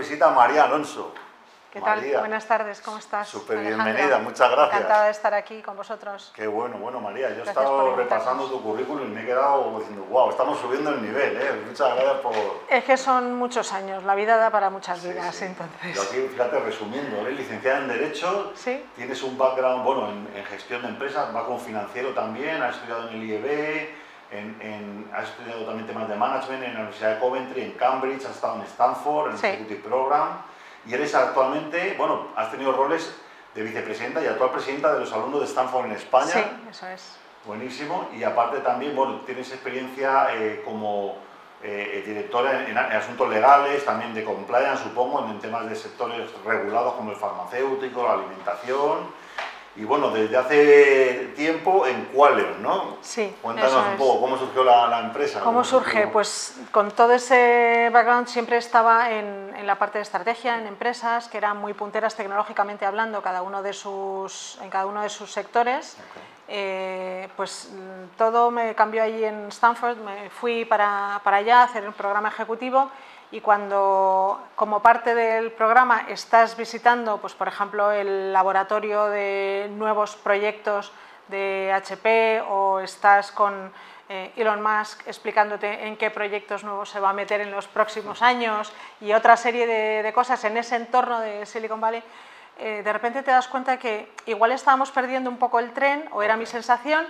visita María Alonso. ¿Qué tal? María. Buenas tardes, ¿cómo estás? Súper bienvenida, muchas gracias. Encantada de estar aquí con vosotros. Qué bueno, María. Yo he Gracias estado repasando tu currículum y me he quedado diciendo, wow, estamos subiendo el nivel, ¿eh? Muchas gracias por... Es que son muchos años, la vida da para muchas vidas, sí. entonces... Yo aquí, fíjate, resumiendo, eres licenciada en Derecho, ¿Sí? Tienes un background, bueno, en gestión de empresas, background financiero también, has estudiado en el IEB, has estudiado también temas de management en la Universidad de Coventry, en Cambridge, has estado en Stanford, en el Executive Program, y eres actualmente, bueno, has tenido roles de vicepresidenta y actual presidenta de los alumnos de Stanford en España. Sí, eso es. Buenísimo. Y aparte también, bueno, tienes experiencia como directora en asuntos legales, también de compliance, supongo, en temas de sectores regulados como el farmacéutico, la alimentación. Y bueno, desde hace tiempo en Qualeon, ¿no? Sí. Cuéntanos un poco cómo surgió la empresa. ¿Cómo surge? Pues con todo ese background siempre estaba en la parte de estrategia, en empresas que eran muy punteras tecnológicamente hablando, en cada uno de sus sectores. Okay. Pues todo me cambió allí en Stanford, me fui para allá a hacer un programa ejecutivo. Y cuando, como parte del programa, estás visitando, pues, por ejemplo, el laboratorio de nuevos proyectos de HP o estás con Elon Musk explicándote en qué proyectos nuevos se va a meter en los próximos años y otra serie de cosas en ese entorno de Silicon Valley, de repente te das cuenta que igual estábamos perdiendo un poco el tren, o era mi sensación,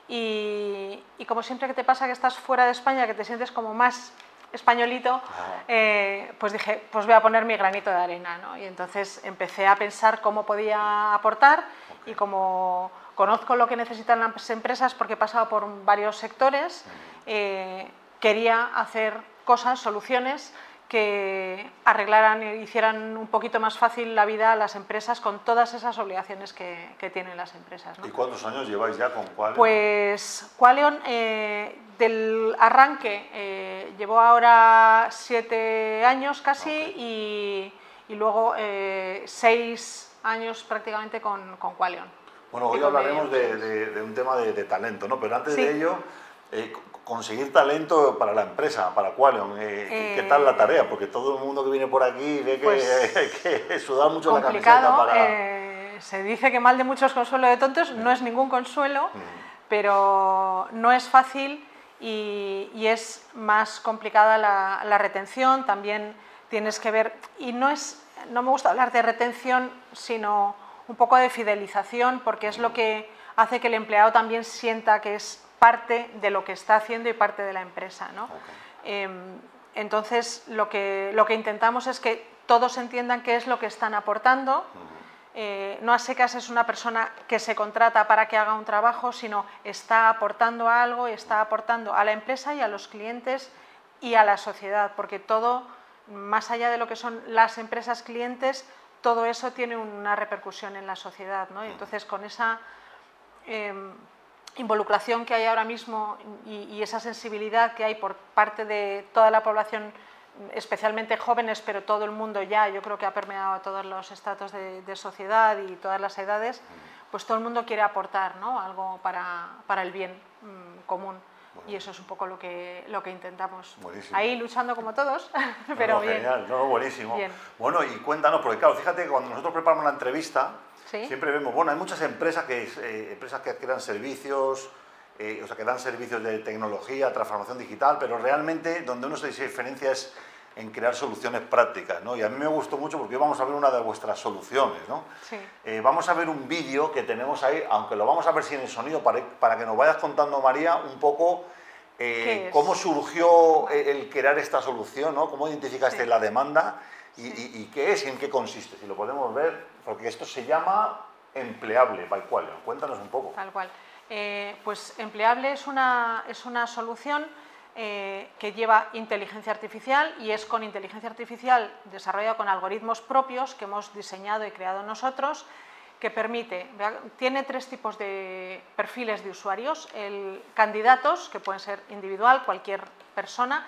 y como siempre que te pasa que estás fuera de España, que te sientes como más españolito, pues dije, pues voy a poner mi granito de arena, ¿no? Y entonces empecé a pensar cómo podía aportar y como conozco lo que necesitan las empresas porque he pasado por varios sectores, quería hacer cosas, soluciones que arreglaran e hicieran un poquito más fácil la vida a las empresas con todas esas obligaciones que tienen las empresas, ¿no? ¿Y cuántos años lleváis ya con Qualeon? Pues Qualeon, del arranque, llevó ahora 7 años casi, y luego 6 años prácticamente con Qualeon. Bueno, hoy hablaremos de un tema de talento, ¿no? Pero antes de ello, conseguir talento para la empresa, para Qualeon, ¿qué tal la tarea? Porque todo el mundo que viene por aquí ve que hay que sudar mucho la camiseta para... Se dice que mal de muchos consuelo de tontos, no es ningún consuelo, pero no es fácil y es más complicada la retención. También tienes que ver, y no me gusta hablar de retención, sino un poco de fidelización, porque es lo que hace que el empleado también sienta que es parte de lo que está haciendo y parte de la empresa, ¿no? Entonces, lo que intentamos es que todos entiendan qué es lo que están aportando. No a secas es una persona que se contrata para que haga un trabajo, sino está aportando algo y está aportando a la empresa y a los clientes y a la sociedad, porque todo, más allá de lo que son las empresas clientes, todo eso tiene una repercusión en la sociedad, ¿no? Y entonces, con esa involucración que hay ahora mismo y esa sensibilidad que hay por parte de toda la población, especialmente jóvenes, pero todo el mundo ya, yo creo que ha permeado a todos los estratos de sociedad y todas las edades, pues todo el mundo quiere aportar, ¿no? Algo para el bien común. Bueno. Y eso es un poco lo que intentamos. Buenísimo. Ahí luchando como todos, pero bien. Genial, buenísimo. Bien. Bueno, y cuéntanos, porque claro, fíjate que cuando nosotros preparamos la entrevista, siempre vemos, bueno, hay muchas empresas que adquieran servicios, o sea, que dan servicios de tecnología, transformación digital, pero realmente donde uno se diferencia es en crear soluciones prácticas, ¿no? Y a mí me gustó mucho porque hoy vamos a ver una de vuestras soluciones, ¿no? Sí. Vamos a ver un vídeo que tenemos ahí, aunque lo vamos a ver sin el sonido, para que nos vayas contando, María, un poco cómo surgió el crear esta solución, ¿no? Cómo identificaste la demanda y qué es y en qué consiste, si lo podemos ver, porque esto se llama Empleable by Qualeon. Cuéntanos un poco. Tal cual. Pues Empleable es una solución que lleva inteligencia artificial, y es con inteligencia artificial desarrollada con algoritmos propios que hemos diseñado y creado nosotros, que permite, tiene 3 tipos de perfiles de usuarios: candidatos, que pueden ser individual, cualquier persona,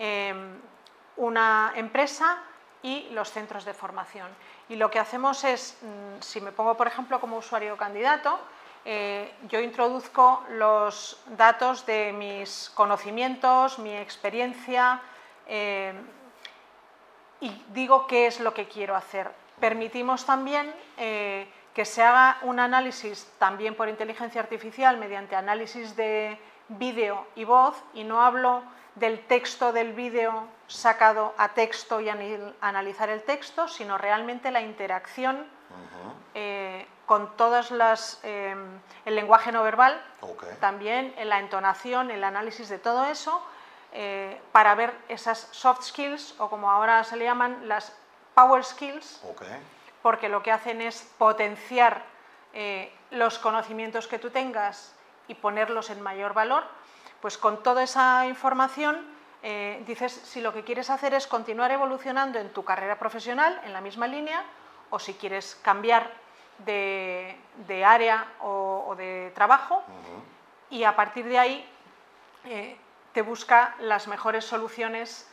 una empresa y los centros de formación. Y lo que hacemos es, si me pongo por ejemplo como usuario candidato, yo introduzco los datos de mis conocimientos, mi experiencia, y digo qué es lo que quiero hacer. Permitimos también que se haga un análisis también por inteligencia artificial mediante análisis de vídeo y voz, y no hablo del texto del vídeo sacado a texto y analizar el texto, sino realmente la interacción con todas el lenguaje no verbal, también en la entonación, el análisis de todo eso, para ver esas soft skills, o como ahora se le llaman, las power skills, porque lo que hacen es potenciar los conocimientos que tú tengas y ponerlos en mayor valor. Pues con toda esa información dices si lo que quieres hacer es continuar evolucionando en tu carrera profesional en la misma línea, o si quieres cambiar de área o de trabajo, y a partir de ahí te busca las mejores soluciones,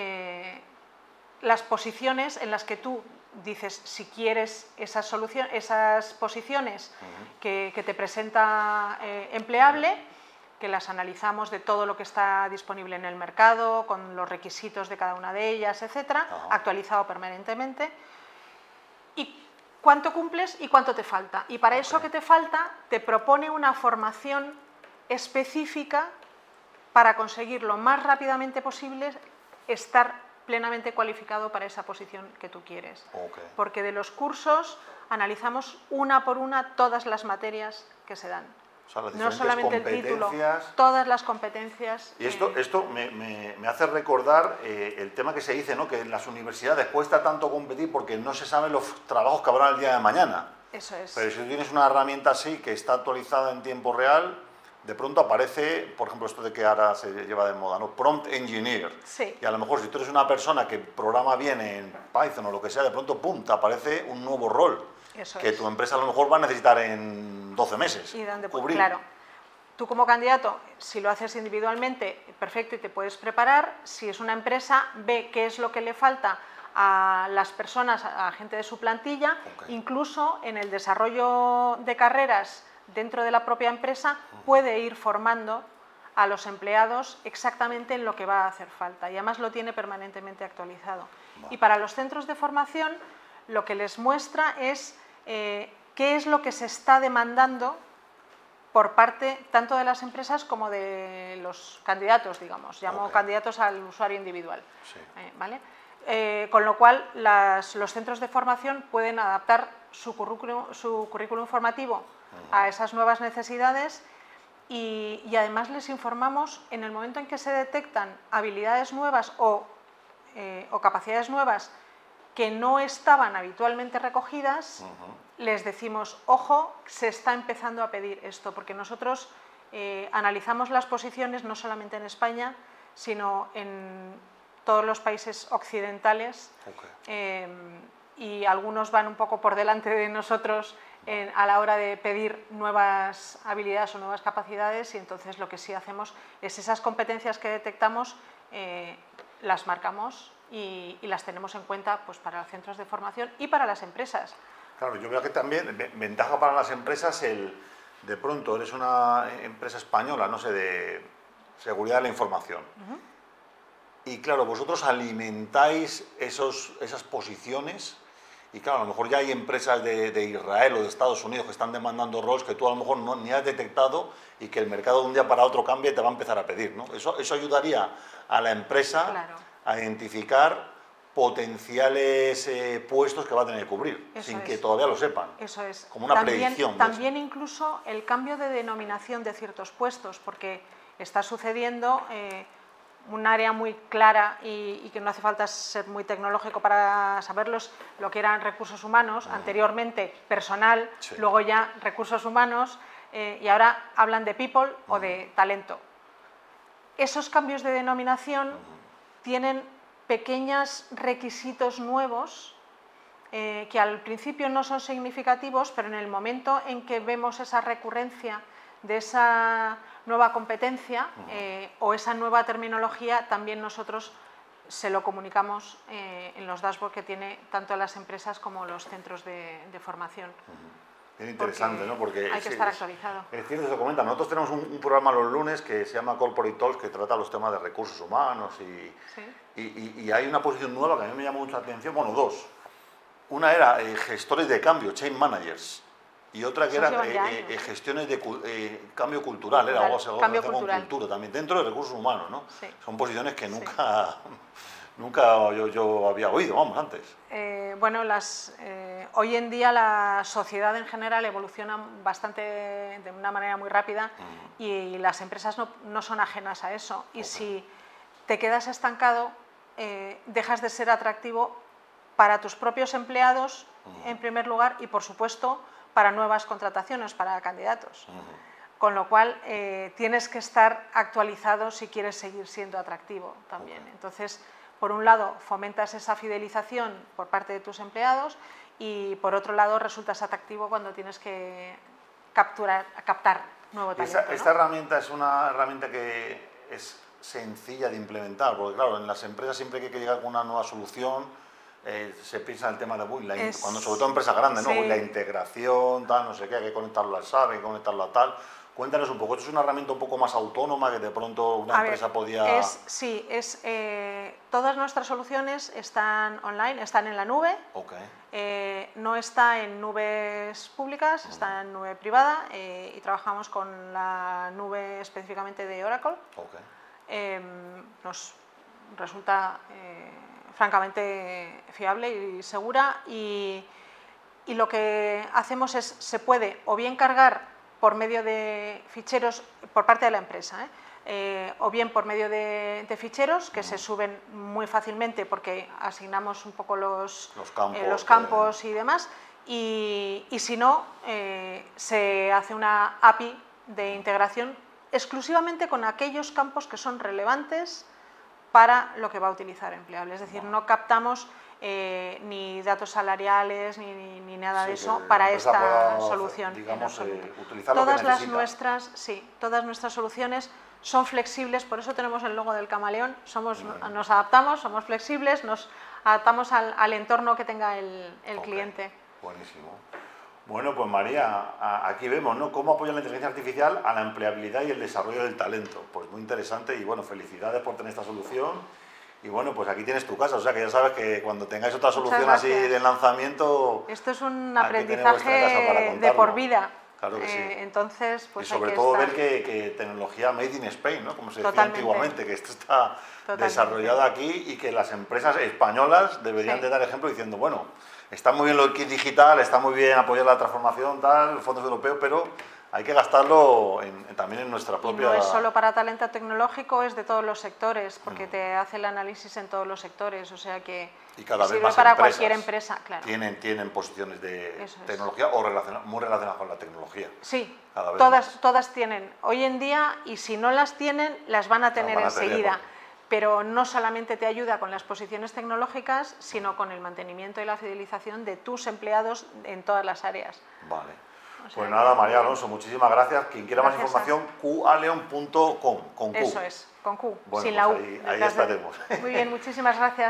las posiciones en las que tú dices si quieres esas posiciones que te presenta empleable, que las analizamos de todo lo que está disponible en el mercado, con los requisitos de cada una de ellas, etcétera, actualizado permanentemente, y cuánto cumples y cuánto te falta. Y para eso que te falta, te propone una formación específica para conseguir lo más rápidamente posible estar plenamente cualificado para esa posición que tú quieres. Porque de los cursos analizamos una por una todas las materias que se dan. O sea, las no solamente el título, todas las competencias. Y esto me hace recordar el tema que se dice, ¿no? Que en las universidades cuesta tanto competir porque no se saben los trabajos que habrá el día de mañana. Eso es. Pero si tú tienes una herramienta así que está actualizada en tiempo real, de pronto aparece, por ejemplo, esto de que ahora se lleva de moda, ¿no? Prompt Engineer. Sí. Y a lo mejor si tú eres una persona que programa bien en Python o lo que sea, de pronto, ¡pum!, te aparece un nuevo rol. Eso que es. Tu empresa a lo mejor va a necesitar en 12 meses. Y donde, cubrir. Claro. Tú como candidato, si lo haces individualmente, perfecto, y te puedes preparar. Si es una empresa, ve qué es lo que le falta a las personas, a gente de su plantilla, incluso en el desarrollo de carreras dentro de la propia empresa, puede ir formando a los empleados exactamente en lo que va a hacer falta, y además lo tiene permanentemente actualizado. Y para los centros de formación, lo que les muestra es qué es lo que se está demandando por parte tanto de las empresas como de los candidatos, digamos. Llamo candidatos al usuario individual. Sí. ¿Vale? Con lo cual, los centros de formación pueden adaptar su currículum formativo a esas nuevas necesidades, y además les informamos en el momento en que se detectan habilidades nuevas o capacidades nuevas que no estaban habitualmente recogidas. Les decimos, ojo, se está empezando a pedir esto, porque nosotros analizamos las posiciones no solamente en España, sino en todos los países occidentales, y algunos van un poco por delante de nosotros a la hora de pedir nuevas habilidades o nuevas capacidades, y entonces lo que sí hacemos es esas competencias que detectamos, las marcamos y las tenemos en cuenta, pues, para los centros de formación y para las empresas. Claro, yo veo que también ventaja para las empresas de pronto eres una empresa española, no sé, de seguridad de la información. Y claro, vosotros alimentáis esas posiciones, y claro, a lo mejor ya hay empresas de Israel o de Estados Unidos que están demandando roles que tú a lo mejor ni has detectado, y que el mercado de un día para otro cambia y te va a empezar a pedir, ¿no? Eso ayudaría a la empresa a identificar potenciales puestos que va a tener que cubrir, sin que todavía lo sepan. Eso es. Como una predicción. También incluso el cambio de denominación de ciertos puestos, porque está sucediendo un área muy clara y que no hace falta ser muy tecnológico para saberlos, lo que eran recursos humanos, anteriormente personal, luego ya recursos humanos, y ahora hablan de people o de talento. Esos cambios de denominación tienen pequeños requisitos nuevos que al principio no son significativos, pero en el momento en que vemos esa recurrencia de esa nueva competencia o esa nueva terminología, también nosotros se lo comunicamos en los dashboards que tiene tanto las empresas como los centros de formación. Bien interesante, ¿no? Porque hay que estar actualizado. Es cierto, se comenta. Nosotros tenemos un programa los lunes que se llama Corporate Talks, que trata los temas de recursos humanos y hay una posición nueva que a mí me llamó mucha atención, bueno, dos. Una era gestores de cambio, change managers, y otra que era gestiones de cambio cultural, era algo así, cambio cultural. Con cultura también, dentro de recursos humanos, ¿no? Sí. Son posiciones que nunca yo había oído, vamos, antes. Bueno, hoy en día la sociedad en general evoluciona bastante, de una manera muy rápida, y las empresas no son ajenas a eso. Y si te quedas estancado, dejas de ser atractivo para tus propios empleados, en primer lugar, y por supuesto para nuevas contrataciones, para candidatos. Con lo cual tienes que estar actualizado si quieres seguir siendo atractivo también. Entonces, por un lado, fomentas esa fidelización por parte de tus empleados y, por otro lado, resultas atractivo cuando tienes que captar nuevo talento. Esta herramienta es una herramienta que es sencilla de implementar, porque claro, en las empresas siempre que hay que llegar con una nueva solución, se piensa en el tema de cuando sobre todo empresas grandes, ¿no? La integración, tal, no sé qué, hay que conectarlo al SAP, hay que conectarlo a tal. Cuéntanos un poco, ¿esto es una herramienta un poco más autónoma que de pronto una empresa podía...? Todas nuestras soluciones están online, están en la nube, no está en nubes públicas, está en nube privada, y trabajamos con la nube específicamente de Oracle. Nos resulta francamente fiable y segura, y lo que hacemos es, se puede o bien cargar por medio de ficheros por parte de la empresa, o bien por medio de ficheros que se suben muy fácilmente porque asignamos un poco los campos y demás, y si no, se hace una API de integración exclusivamente con aquellos campos que son relevantes para lo que va a utilizar Empleable. Es decir, no captamos ni datos salariales ni nada de eso para esta solución. Digamos, utilizar lo que necesita. Todas nuestras soluciones son flexibles, por eso tenemos el logo del camaleón. Nos adaptamos, somos flexibles, nos adaptamos al entorno que tenga el cliente. Buenísimo. Bueno, pues María, aquí vemos, ¿no?, cómo apoya la inteligencia artificial a la empleabilidad y el desarrollo del talento. Pues muy interesante y bueno, felicidades por tener esta solución. Y bueno, pues aquí tienes tu casa, o sea que ya sabes que cuando tengáis otra solución así de lanzamiento... Esto es un aprendizaje de por vida. Claro que sí. Entonces, pues y sobre todo ver que tecnología made in Spain, ¿no?, como se decía antiguamente, que esto está desarrollado aquí y que las empresas españolas deberían de dar ejemplo diciendo, bueno, está muy bien lo que es digital, está muy bien apoyar la transformación, tal, fondos europeos, pero hay que gastarlo también en nuestra propia... Y no es solo para talento tecnológico, es de todos los sectores, porque te hace el análisis en todos los sectores, o sea que y cada vez sirve más para cualquier empresa, claro. Tienen posiciones de tecnología o muy relacionadas con la tecnología. Sí, cada vez todas tienen hoy en día, y si no las tienen, las van a tener enseguida. Pero no solamente te ayuda con las posiciones tecnológicas, sino con el mantenimiento y la fidelización de tus empleados en todas las áreas. Vale. Pues nada, María Alonso, muchísimas gracias. Quien quiera más información, qaleon.com, con Q. Eso es, con Q, bueno, sin la U. Ahí estaremos. Muy bien, muchísimas gracias.